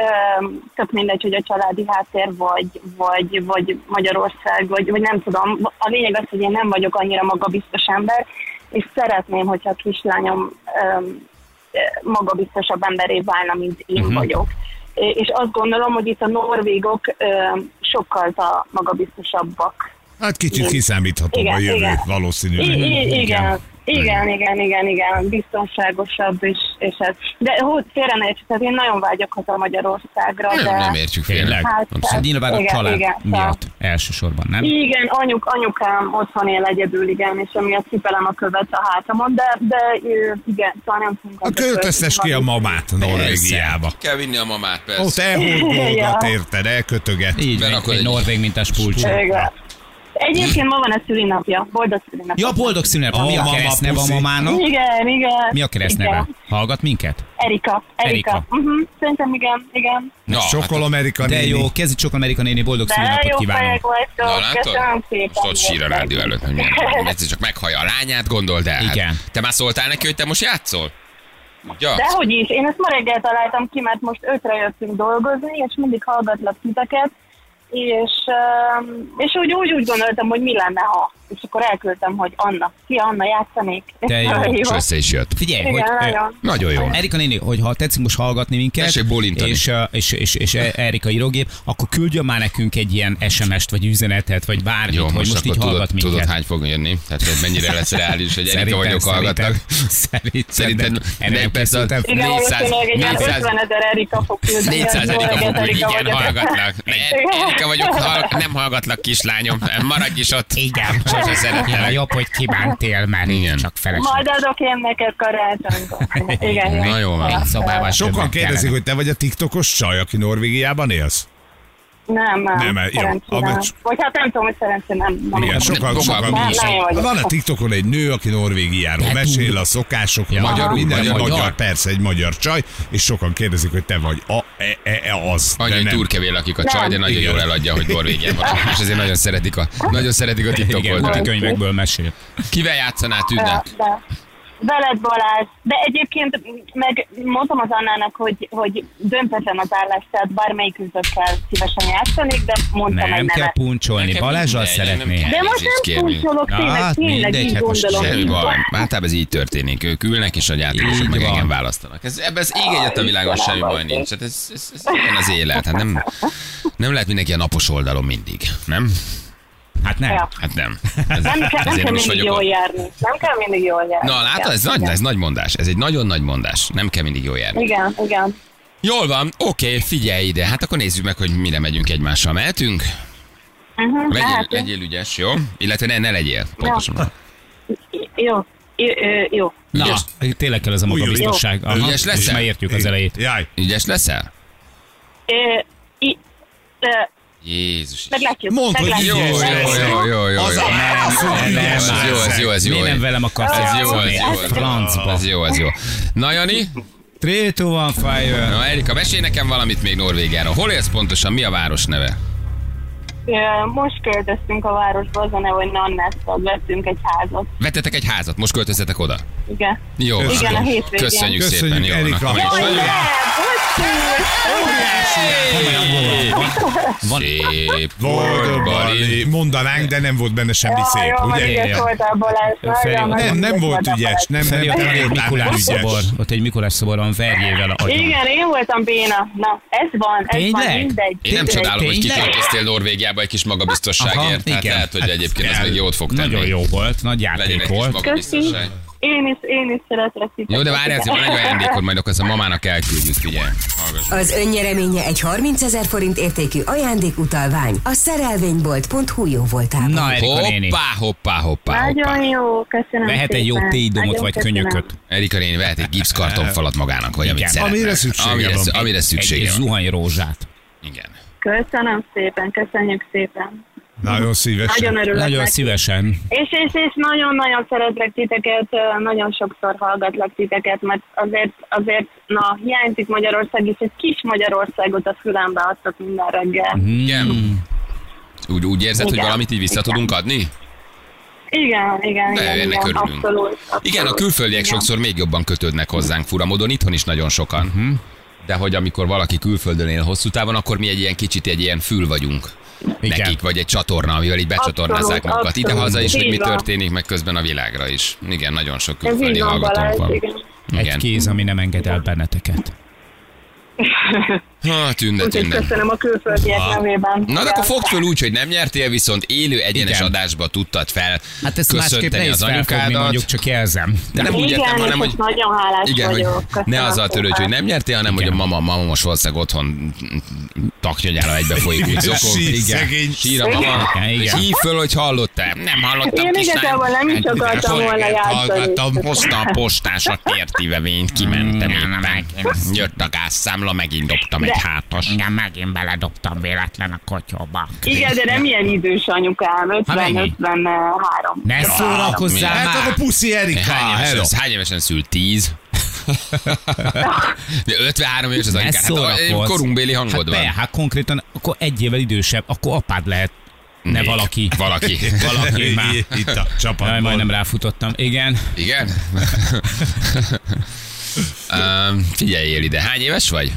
E: um, tök mindegy, hogy a családi háttér vagy, vagy, vagy Magyarország, vagy, vagy nem tudom. A lényeg az, hogy én nem vagyok annyira magabiztos ember, és szeretném, hogyha a kislányom um, magabiztosabb emberé válna, mint én uh-huh. vagyok. És azt gondolom, hogy itt a norvégok ö, sokkal a magabiztosabbak.
C: Hát kicsit kiszámíthatóbb a jövő,
E: igen.
C: valószínűleg.
E: I- I- igen, igen, igen, igen, igen, biztonságosabb, és, és ez. De hogy félre ne értsük, tehát én nagyon vágyok haza Magyarországra,
D: Nem,
E: de...
D: nem értjük félre.
B: Tényleg?
E: Hát,
B: Hát nyilván a
E: igen,
B: család
E: igen,
B: miatt elsősorban, nem?
E: Igen, anyuk, anyukám otthon él egyedül, igen, és emiatt cipelem a követ a hátamon, de, de ö, igen, szóval nem fogunk...
C: A költöztes ki a mamát Norvégiába.
D: Kell vinni a mamát, persze.
C: Ott elhordolgat,
E: Ja.
C: érted, elkötöget.
B: Így van,
D: akkor
B: egy
D: egy-
B: norvég mintás pulcsa.
E: Igen. Egyébként ma van a szülinapja, boldog szülinapja.
B: Ja, boldog szülinap.
C: Ó,
B: Mi a
C: mama,
B: keresztneve a
C: puszi.
B: mamának?
E: Igen, igen.
B: Mi a keresztneve?
E: Igen.
B: Hallgat minket?
E: Erika.
B: Erika.
E: Erika. Uh-huh. Szerintem igen, igen.
D: Na,
C: Sokkal
D: hát,
C: Amerika
B: De
C: néni.
B: jó, kezdj csak Amerika néni, boldog
E: De
B: szülinapot
E: jó
B: kívánunk.
E: fejek vagytok,
D: na látod?
E: köszönöm szépen.
D: Most ott sír a rádió előtt, hogy milyen. Egyszer csak meghallja a lányát, gondold el. Hát,
B: Igen.
D: te már szóltál neki, hogy te most játszol? Ja.
E: Dehogy is, én ezt ma reggel találtam ki, mert most ötre jöttünk dolgozni, és mindig hallgatlak titeket, és, um, és úgy, úgy, úgy gondoltam, hogy mi lenne, ha. És akkor elküldtem, hogy Anna, szia Anna, játszanék.
B: De jó,
D: És össze is jött.
B: Figyelj,
E: Igen,
B: hogy... ö,
E: nagyon.
D: Nagyon jó.
B: Erika néni, hogyha tetszik most hallgatni minket,
D: Tessék bólintani.
B: és, ö, és, és, és Erika írógép, akkor küldjön már nekünk egy ilyen es em est, vagy üzenetet, vagy bármit,
D: Jó,
B: hogy
D: most,
B: most
D: akkor
B: így
D: tudod,
B: hallgat minket.
D: tudod, hány fog jönni? Tehát hogy mennyire lesz reális, hogy Erika vagyok hallgatnak.
B: Szerintem,
D: Szerinted
B: erre
D: meg
B: nem
D: persze a
B: készültem.
E: Igen,
D: négyszáz
E: valószínűleg egy ilyen
D: négyszáz
E: ötvenezer Erika fog küldeni.
D: négyszáz
E: Jó
D: Erika
E: reggelt,
D: fog,
E: Erika
D: igen,
E: vagyok.
D: hallgatlak. Er- Erika vagyok, hall, nem hallgatlak, kislányom. Maradj is ott.
B: Igen,
D: Sose
B: ja,
D: szerettelek.
B: jobb, hogy kibántél, mert
D: Igen.
B: csak feleség.
E: Majd adok én neked karácsonykor. Igen,
D: Na jó van.
B: Egy szobában
C: Sokan
B: többet
C: kérdezik,
B: kellene.
C: hogy te vagy a TikTokos csaj, aki Norvégiában élsz?
E: Nem, nem,
C: Nem,
E: nem
C: jó,
E: szerencsére.
C: a-
E: Vagy hát nem tudom, hogy szerencsére nem. nem
C: Igen,
E: tudom.
C: sokan,
D: Nem,
C: sokan.
D: nem,
E: nem, nem vagyok.
C: Van a TikTokon egy nő, aki Norvégiáról
B: De
C: mesél,
B: tud-
C: a szokásokról,
B: Ja,
C: magyar, minden
B: magyar,
C: magyar,
B: magyar.
C: persze egy magyar csaj, és sokan kérdezik, hogy te vagy a, e, e, e az.
D: Annyi,
C: de
D: hogy
C: nem.
D: turkevél, akik a csaj, de nagyon
C: Igen.
D: jól eladja, hogy Norvégiában van. És ezért nagyon szeretik a, nagyon szeretik a
B: Igen,
D: TikTokot.
B: a könyvekből mesél.
D: Kivel játszanál,
E: De,
D: Tünde?
E: de. Veled Balázs, de egyébként meg mondtam az Annának, hogy, hogy döntetlen az állás, tehát bármelyikünkkel szívesen játszanék, de mondtam
B: Nem
E: egy
B: kell
E: nevet.
B: puncsolni,
D: Nekem
B: Balázsral
D: mindegy, nem
B: szeretnél.
D: kell.
E: De most
D: Elnézést
E: nem
D: kérni.
E: puncsolok,
B: Na,
E: tényleg,
B: hát
E: tényleg
B: mindegy,
E: így
B: hát most
E: gondolom.
D: Semmi
E: így
D: baj.
E: van.
D: Általában ez így történik. Ők ülnek, és a játékosok
B: Így
D: meg
B: van.
D: engem választanak. Ez, ebben az ég egyet a világon semmi baj nincs. Hát ez, ez, ez ilyen az élet. Hát nem, nem lehet mindenki a napos oldalon mindig. Nem?
B: Hát nem.
E: Ja.
D: Hát nem. Ez,
E: Nem kell, nem
D: ezért
E: kell
D: is
E: mindig
D: vagyok
E: jól
D: ott.
E: járni. Nem kell mindig jól járni.
D: Na, látod, ez nagy, ez nagy mondás. Ez egy nagyon nagy mondás. Nem kell mindig jól járni.
E: Igen, igen.
D: Jól van, oké, figyelj ide. Hát akkor nézzük meg, hogy mire megyünk egymással. Mehetünk?
E: Uh-huh,
D: Legyél,
E: hát,
D: legyél ügyes, jó? Illetve ne, ne legyél. Pontosan.
E: jó, jó, jó.
B: Na,
D: Ügyes.
B: tényleg kell ez a magabiztosság. Aha,
D: Ügyes leszel?
B: és már értjük az elejét.
C: Jaj,
D: Ügyes leszel?
E: Ö, i- ö,
D: Jézus.
E: Meglátjuk.
C: Mondd, hogy
E: meglátjuk.
D: Jó, jó, jó, jó, jó.
C: Az
D: jó.
C: a nem,
B: Nem, nem,
D: Ez jó, ez jó, ez jó.
B: Miért nem velem akarsz
D: Ez jó, ez
B: játszani?
D: jó. ez jó.
B: Francba.
D: Ez jó, ez jó. Na, Jani?
B: Three, two, one, fire.
D: Na, Erika, mesélj nekem valamit még Norvégiáról. Hol élsz pontosan? Mi a város neve?
E: Most költöztünk a városba, az a neve, hogy Nannásztal, vettünk egy házat.
D: Vettetek egy házat, most költözzetek oda?
E: Igen.
D: Jó.
E: Igen, a hétvégén.
D: Köszönjük,
C: Köszönjük,
D: szépen. Jó,
C: Erika.
D: van, akkor
E: Jaj,
D: is.
E: ne, bocsánat.
D: Szép
C: Boldog Bali. Mondanánk, de nem volt benne semmi szép,
E: Jó, van,
C: ugye?
E: ügyes voltál, Balázs.
B: Feri,
E: Nagyon
C: Nem, nem volt ügyes, nem, nem,
B: Feri, ott
C: nem
B: egy
C: voltál
B: Mikulás
C: ügyes.
B: szobor, ott egy Mikulás szobor van verjével a agyon.
E: Igen, én voltam béna. Na, ez van, ez van,
B: Tényleg?
E: mindegy.
D: Én nem
E: Mindegy.
D: csodálom, hogy
B: Tényleg?
D: kiköltöztél Norvégiába egy kis magabiztosságért.
B: Aha,
D: Tehát
B: igen.
D: lehet, hogy egyébként ez még jót fog tenni.
B: Nagyon jó volt, nagy
D: Legyen egy
B: játék
D: kis
B: volt.
D: magabiztosság.
E: Én is, én is szeretlek titeket.
D: Jó, de várjál, azért van egy ajándékod, majd akkor ezt a mamának elküldjük, figyelj. Hallgass.
F: Az önnyereménye egy harmincezer forint értékű ajándékutalvány a szerelvénybolt pont hu jó voltában.
B: Na, Erika néni,
D: Hoppá, hoppá, hoppá,
E: Nagyon
D: hoppá.
E: jó, köszönöm
B: vehet egy jó
E: szépen.
B: téidomot
E: Nagyon
B: vagy
E: köszönöm.
B: könyököt.
D: Erika néni vehet egy gipszkartonfalat magának, vagy amit
B: Igen.
D: szeretne.
C: Amire szüksége
D: amire,
C: van.
D: Amire
B: Egy
D: szüksége van.
B: zuhany rózsát.
D: Igen.
E: Köszönöm szépen, köszönjük szépen.
C: Nagyon szívesen.
E: Nagyon örülök
B: Nagyon
E: neki.
B: szívesen.
E: És, és, és nagyon-nagyon szeretlek titeket, nagyon sokszor hallgatlak titeket, mert azért, azért na, hiányzik Magyarország, és egy kis Magyarországot a fülembe adtak minden reggel.
D: Igen. Úgy, úgy érzed, hogy
E: Igen.
D: valamit így vissza
E: Igen.
D: tudunk adni?
E: Igen, igen,
D: De
E: igen,
D: ennek
E: igen,
D: örülünk.
E: abszolút, abszolút.
D: Igen, a külföldiek
E: Igen.
D: sokszor még jobban kötődnek hozzánk fura módon, itthon is nagyon sokan.
B: Mhm.
D: De hogy amikor valaki külföldön él hosszú távon, akkor mi egy ilyen kicsit egy ilyen fül vagyunk.
B: Igen.
D: Nekik, vagy egy csatorna, amivel így becsatornázzák
E: Abszolút,
D: magukat. Ide
E: abszolút.
D: haza is, hogy mi
E: Így van.
D: történik, meg közben a világra is. Igen, nagyon sok
E: Ez
D: külföldi
E: így van,
D: hallgatónk
E: Balázs,
D: van.
E: igen.
B: Egy
D: Igen.
B: kéz, ami nem enged el benneteket.
D: Ha, tünde,
E: Úgyhogy
D: tünde.
E: köszönöm a külföldiek nevében.
D: Na, de akkor fogd föl úgy, hogy nem nyertél, viszont élő egyenes
B: Igen.
D: adásba tudtad fel
B: Hát ezt másképp
D: köszönteni
B: nehéz
D: az
B: felfogni,
D: anyukádat.
B: mondjuk csak jelzem.
D: De nem úgy
E: Igen,
D: értem, hanem
E: és
D: hogy...
E: nagyon hálás
D: Igen, hogy
E: vagyok.
D: ne
E: Köszönöm
D: azzal törődj, hogy
E: szépen.
D: nem nyertél, hanem hogy a
B: Igen.
D: mama, mama most valószínűleg otthon taknyonyára egybe folyik úgy szokott.
C: Sír, szegény.
D: Sír a mama,
B: Igen,
D: és
B: igen.
D: hív föl, hogy hallottál. Nem hallottam,
E: Én
D: kislány.
E: igazából nem is akartam volna játszani.
D: Hallgattam, hozta a postás a tértivevényt, kimentem éppen. Jött a gázszámla, megint dobtam egy hátas.
B: Igen, megint beledobtam véletlen a kotyóba.
E: Igen, de nem ilyen idős anyukám,
B: Hát mennyi?
E: ötven-ötvenhárom.
B: Ne szórakozzál
C: Hát
B: már!
C: akkor puszi Erika.
D: Hány
C: Hello.
D: évesen, hány évesen szült? Tíz? De ötvenhárom éves az
B: Ne
D: anyukád. Hát
B: szórakozz.
D: korunkbéli hangod
B: Hát
D: van.
B: be, hát konkrétan akkor egy évvel idősebb, akkor apád lehet. Ne
D: Még.
B: valaki.
D: Valaki.
B: Valaki már.
C: Itt a
B: Jaj,
C: csapatban.
B: majdnem ráfutottam. Igen.
D: Igen? um, figyeljél ide, hány éves vagy?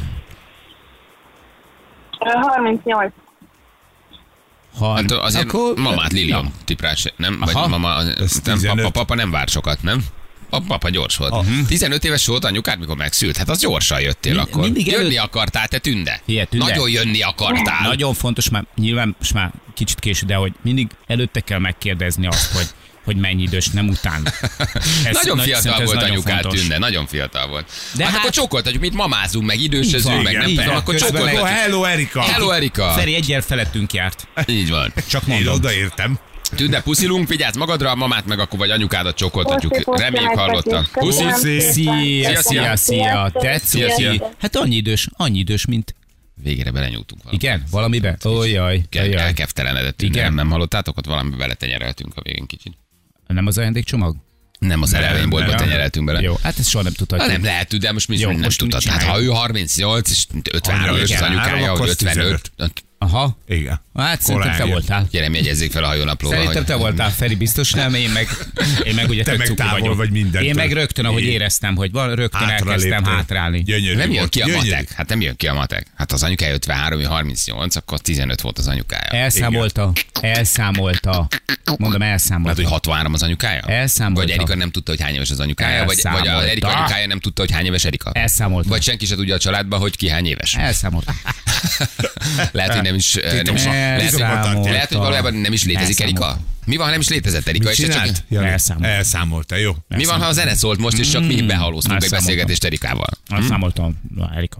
E: harmincnyolc.
B: Ha,
D: Hát azért
B: akkor,
D: mamát Lilium
B: Na.
D: tiprás, nem?
B: Aha.
D: Vagy mama,
C: Ez
D: nem, papa,
C: tizenöt.
D: papa nem vár sokat, nem? A papa gyors volt. tizenöt éves volt anyukád, mikor megszült. Hát az gyorsan jöttél
B: Mind-
D: akkor.
B: mindig
D: Jönni
B: előtt-
D: akartál, te Tünde.
B: Figyelj, Tünde.
D: Nagyon jönni akartál.
B: Nagyon fontos, már nyilván most már kicsit késő, de hogy mindig előtte kell megkérdezni azt, hogy, hogy mennyi idős, nem után. Ez
D: Nagyon
B: nagy-
D: fiatal
B: szerintem ez
D: volt
B: nagyon
D: anyukád,
B: fontos.
D: Tünde, nagyon fiatal volt.
B: De
D: De hát,
B: hát-
D: akkor csokoltatjuk, mit mamázunk, meg
B: Így
D: idősözünk,
B: van,
D: meg nem
B: így
D: tudom,
B: van.
D: akkor
C: Közben meg,
D: csokoltatjuk.
C: hello Erika.
D: Hello Erika!
B: Feri egyel felettünk járt.
D: Így van.
B: Csak
C: Én
B: mondom.
C: odaértem.
D: Tünde, puszilunk, vigyázz magadra, a mamát meg akkor vagy anyukádat csokoltatjuk.
E: Puszi, puszi,
D: Reméljük
E: nektek
D: hallotta.
E: is.
D: Puszi.
E: Köszönöm
C: Puszi.
E: szépen.
B: Szia, szia, szia. Tetszik.
D: Szia, szia.
B: Hát annyi idős, annyi idős, mint...
D: Végre belenyúltunk valami.
B: Igen, valamibe? Ó, jaj,
D: Kell,
B: jaj.
D: elkeftelenedett.
B: Igen.
D: Nem, nem hallottátok? Ott valami beletenyereltünk a végén kicsit.
B: Nem az ajándékcsomag?
D: Nem az elejénboltba
B: nem.
D: tenyereltünk bele.
B: Jó, hát ezt soha nem
D: Hát
B: tudhatjuk.
D: nem lehet, de most mi
B: Jó,
D: nem
B: most
D: tudtad.
B: mit
D: Hát ha ő
B: csináljuk?
D: harmincnyolc és ötvenhárom éves az
C: Igen,
D: anyukája,
C: akkor
D: vagy
C: az
D: ötvenöt.
B: Aha.
C: Igen.
B: Hát szerintem te
C: Korán jön.
B: voltál.
D: Gyere, jegyezzék fel a hajónaplóval.
B: Szerintem
D: hogy-
B: te voltál, Feri, biztos nem, én meg, én meg ugye
C: Te
B: tök
C: meg
B: cuki
C: távol
B: vagyok.
C: vagy mindentől.
B: Én meg rögtön, ahogy
C: Én-
B: éreztem, hogy van, rögtön
C: Hátra
B: elkezdtem
C: léptél.
B: hátrálni.
C: Gyönyörű
D: Nem jön
C: volt,
D: ki a
C: gyönyörű.
D: matek. Hát nem jön ki a matek. Hát az anyukája ötvenhárom, ő harmincnyolc, akkor tizenöt volt az anyukája.
B: Elszámolta, elszámolta. Mondom,
D: Hát,
B: elszámolta.
D: hogy hatvanhárom az anyukája?
B: Elszámolta.
D: Vagy Erika nem tudta, hogy hány éves az anyukája? Vagy, vagy a
B: Elszámolta.
D: Erika anyukája nem tudta, hogy hány éves Erika?
B: Elszámolta.
D: Vagy senki se tudja a családban, hogy ki hány éves?
B: Elszámolta.
D: Lehet, hogy nem is... Nem is lehet, hogy,
B: Elszámolta.
D: lehet, hogy valójában nem is létezik
B: Elszámolta.
D: Erika? Mi van, ha nem is létezett Erika?
C: Mit
D: És te csak,
C: csinált? Jani?
B: Elszámolt.
C: Elszámolta, jó.
D: mi van, ha a zene szólt most, és csak mi behálóztunk egy
B: Elszámoltam.
D: beszélgetést Erikával?
B: Elszámoltam. Na, Erika.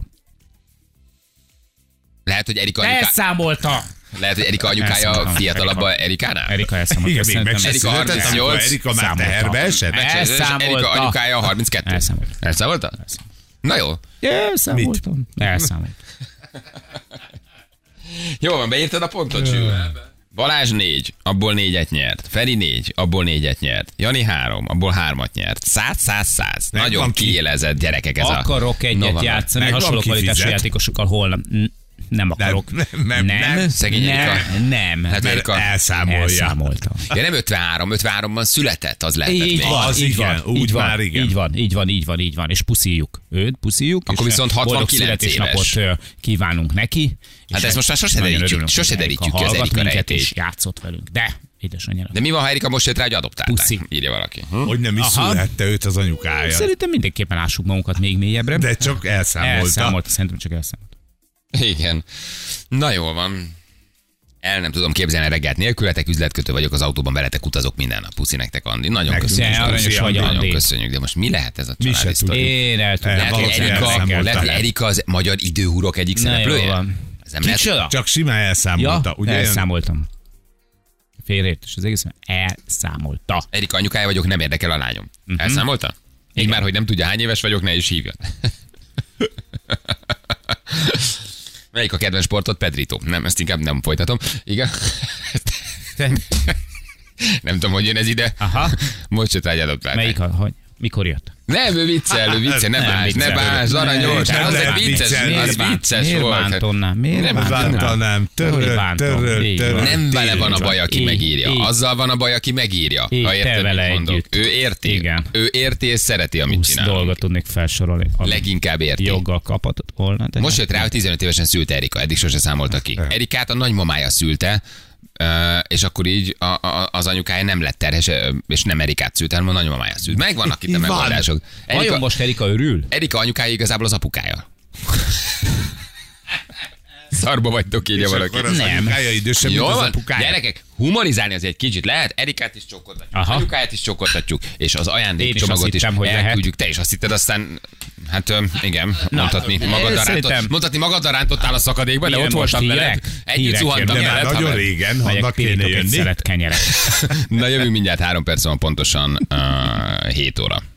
D: Lehet, hogy Erika anyukája...
B: Elszámolta.
D: Lehet, hogy Erika anyukája
B: Elszámoltam.
D: fiatalabb a
B: Erika.
D: Erikánál?
B: Erika elszámolta.
C: Igen, még meg
B: Szerintem
C: se
D: Erika
C: született, amikor
D: harmincnyolc.
C: Erika már
B: Számolta.
C: teherbe esett.
D: Megcsinálod, és Erika
B: Elszámolta.
D: anyukája harminckettő.
B: Elszámolta.
D: Elszámolta? Na jó.
B: Elszámoltam. Elszámoltam.
D: Jó van, beírtad a pontot, Zsül? Balázs négy, abból négyet nyert. Feri négy, abból négyet nyert. Jani három, abból hármat nyert. Száz, száz, száz.
C: Megvan
D: Nagyon
C: ki.
D: kiélezett gyerekek ez a...
B: Akarok egyet
D: Nova.
B: játszani
C: Megvan,
B: hasonló
C: ki
B: kvalitású
C: fizet.
B: játékosokkal holnap. Mm. nem akarok.
C: Nem, nem, nem, nem.
D: Szegény Erika.
B: nem, nem.
D: Hát
C: Mert
D: Erika
C: elszámolja.
B: elszámolta.
D: Ja, nem ötvenhárom, ötvenháromban született, az lehetett
B: Így
D: még.
B: van,
C: Az
B: így
C: igen,
B: van,
C: úgy
B: így van,
C: már igen.
B: így van, így van, így van, így van, és puszíjuk őt, puszíjuk.
D: Akkor
B: és
D: viszont
B: boldog
D: hatvankilenc
B: születésnapot
D: éves.
B: ö, kívánunk neki.
D: Hát
B: és
D: ezt most már sose
B: nagyon
D: derítjük-
B: örülünk,
D: sose
B: hogy
D: derítjük
B: Erika
D: ki az
B: hallgat
D: Erika
B: minket,
D: rejtét.
B: és játszott velünk. De, édesanyjára.
D: De mi van, ha Erika most jött rá, hogy adoptálták?
B: Puszi.
D: Írja valaki. Hm?
C: Hogy nem is
B: Aha.
C: szülhette őt az anyukája.
B: Szerintem mindenképpen ássuk magunkat még mélyebbre.
C: De csak elszámolta.
B: Elszámolt, szerintem csak elszámolt.
D: Igen. Na jól van. El nem tudom képzelni reggelt nélkületek, üzletkötő vagyok, az autóban veletek utazok minden nap. Puszi nektek, Andi. Nagyon
C: Nekünk
D: köszönjük.
B: is, aranyos
D: Puszi,
B: vagy,
D: Nagyon
B: Andi.
D: köszönjük, de most mi lehet ez a
C: Mi se
D: családi sztori?
C: tudjuk.
B: Én el tudom.
D: Lehet, hogy
C: valószínűleg
D: Erika,
C: elszámolta.
D: lehet, hogy Erika az magyar időhúrok egyik
B: Na jó
D: szereplője?
B: van.
D: Ez nem lehet-
B: Kicsoda?
C: Csak simán elszámolta.
B: Ja,
C: ugye?
B: elszámoltam. Félreértés az egész, elszámolta.
D: Erika anyukája vagyok, nem érdekel a lányom.
B: Mhm.
D: Elszámolta? Így
B: Igen.
D: már, hogy nem tudja, hány éves vagyok, ne is hívja. Melyik a kedvenc sportot? Pedrito. Nem, ezt inkább nem folytatom. Igen. Nem tudom, hogy jön ez ide.
B: Aha.
D: Most jött rá egy adoptálták.
B: Melyik a, hogy, mikor jött?
D: Nem, ő viccel, ő viccel, ne
B: Nem
D: bánts, ne
B: viccel.
D: bánts, aranyos,
C: Nem
D: az
C: lehet
D: egy vicces,
C: viccelni.
D: az
B: Miért bánt-
D: vicces
B: miért
D: volt.
B: bántonnám? Miért
D: Nem
B: bántanám?
C: Bántanám. Töröl,
B: Hogy bántom?
C: töröl,
B: Így
C: töröl.
B: van.
D: Nem vele van a baj, aki
B: Így,
D: megírja.
B: így.
D: Azzal van a baj, aki megírja.
B: Így,
D: Ha
B: te
D: érted,
B: vele
D: mit mondok.
B: együtt.
D: Ő érti.
B: Igen.
D: Ő érti és szereti, amit
B: húsz
D: csinálunk.
B: dolgot tudnék felsorolni. A
D: Leginkább érti.
B: Joggal kaphatott volna. De
D: Most jött rá, hogy tizenöt évesen szülte Erika, eddig sose számolta ki. Erikát a nagymamája szülte, ö, és akkor így a, a, az anyukája nem lett terhes, ö, és nem Erikát szült, hanem a nagymamája szült. Megvannak itt a
C: Van.
D: megoldások.
B: Vajon
D: Erika,
B: most Erika örül?
D: Erika anyukája igazából az apukája. Szarba vagytok, írja
C: És
D: valaki.
C: akkor az
B: Nem.
C: anyukája idősebb, mint
D: Jól
C: az
D: van,
C: apukája.
D: gyerekek, humorizálni az egy kicsit lehet, Erikát is csokkoltatjuk,
B: Aha.
D: anyukáját is csokkoltatjuk, és az
B: Én is
D: ajándékcsomagot
B: azt
D: is,
B: hittem, hogy
D: elküldjük. Te is azt hitted, aztán, hát ö, igen, mondhatni, magaddal,
B: szerintem-
D: rántott, mondhatni magaddal rántottál a szakadékba, de
B: Jön
D: ott
B: most
D: voltam
B: hírek?
D: veled. Együtt
B: Hírek
D: zuhantam
C: De
B: jönnek.
C: már
D: veled,
C: nagyon
D: haver.
C: régen,
B: Megyek,
C: annak kéne
B: pirítok egy
C: jönni.
B: szelet kenyeret.
D: Na jövünk mindjárt három perc van pontosan uh, hét óra.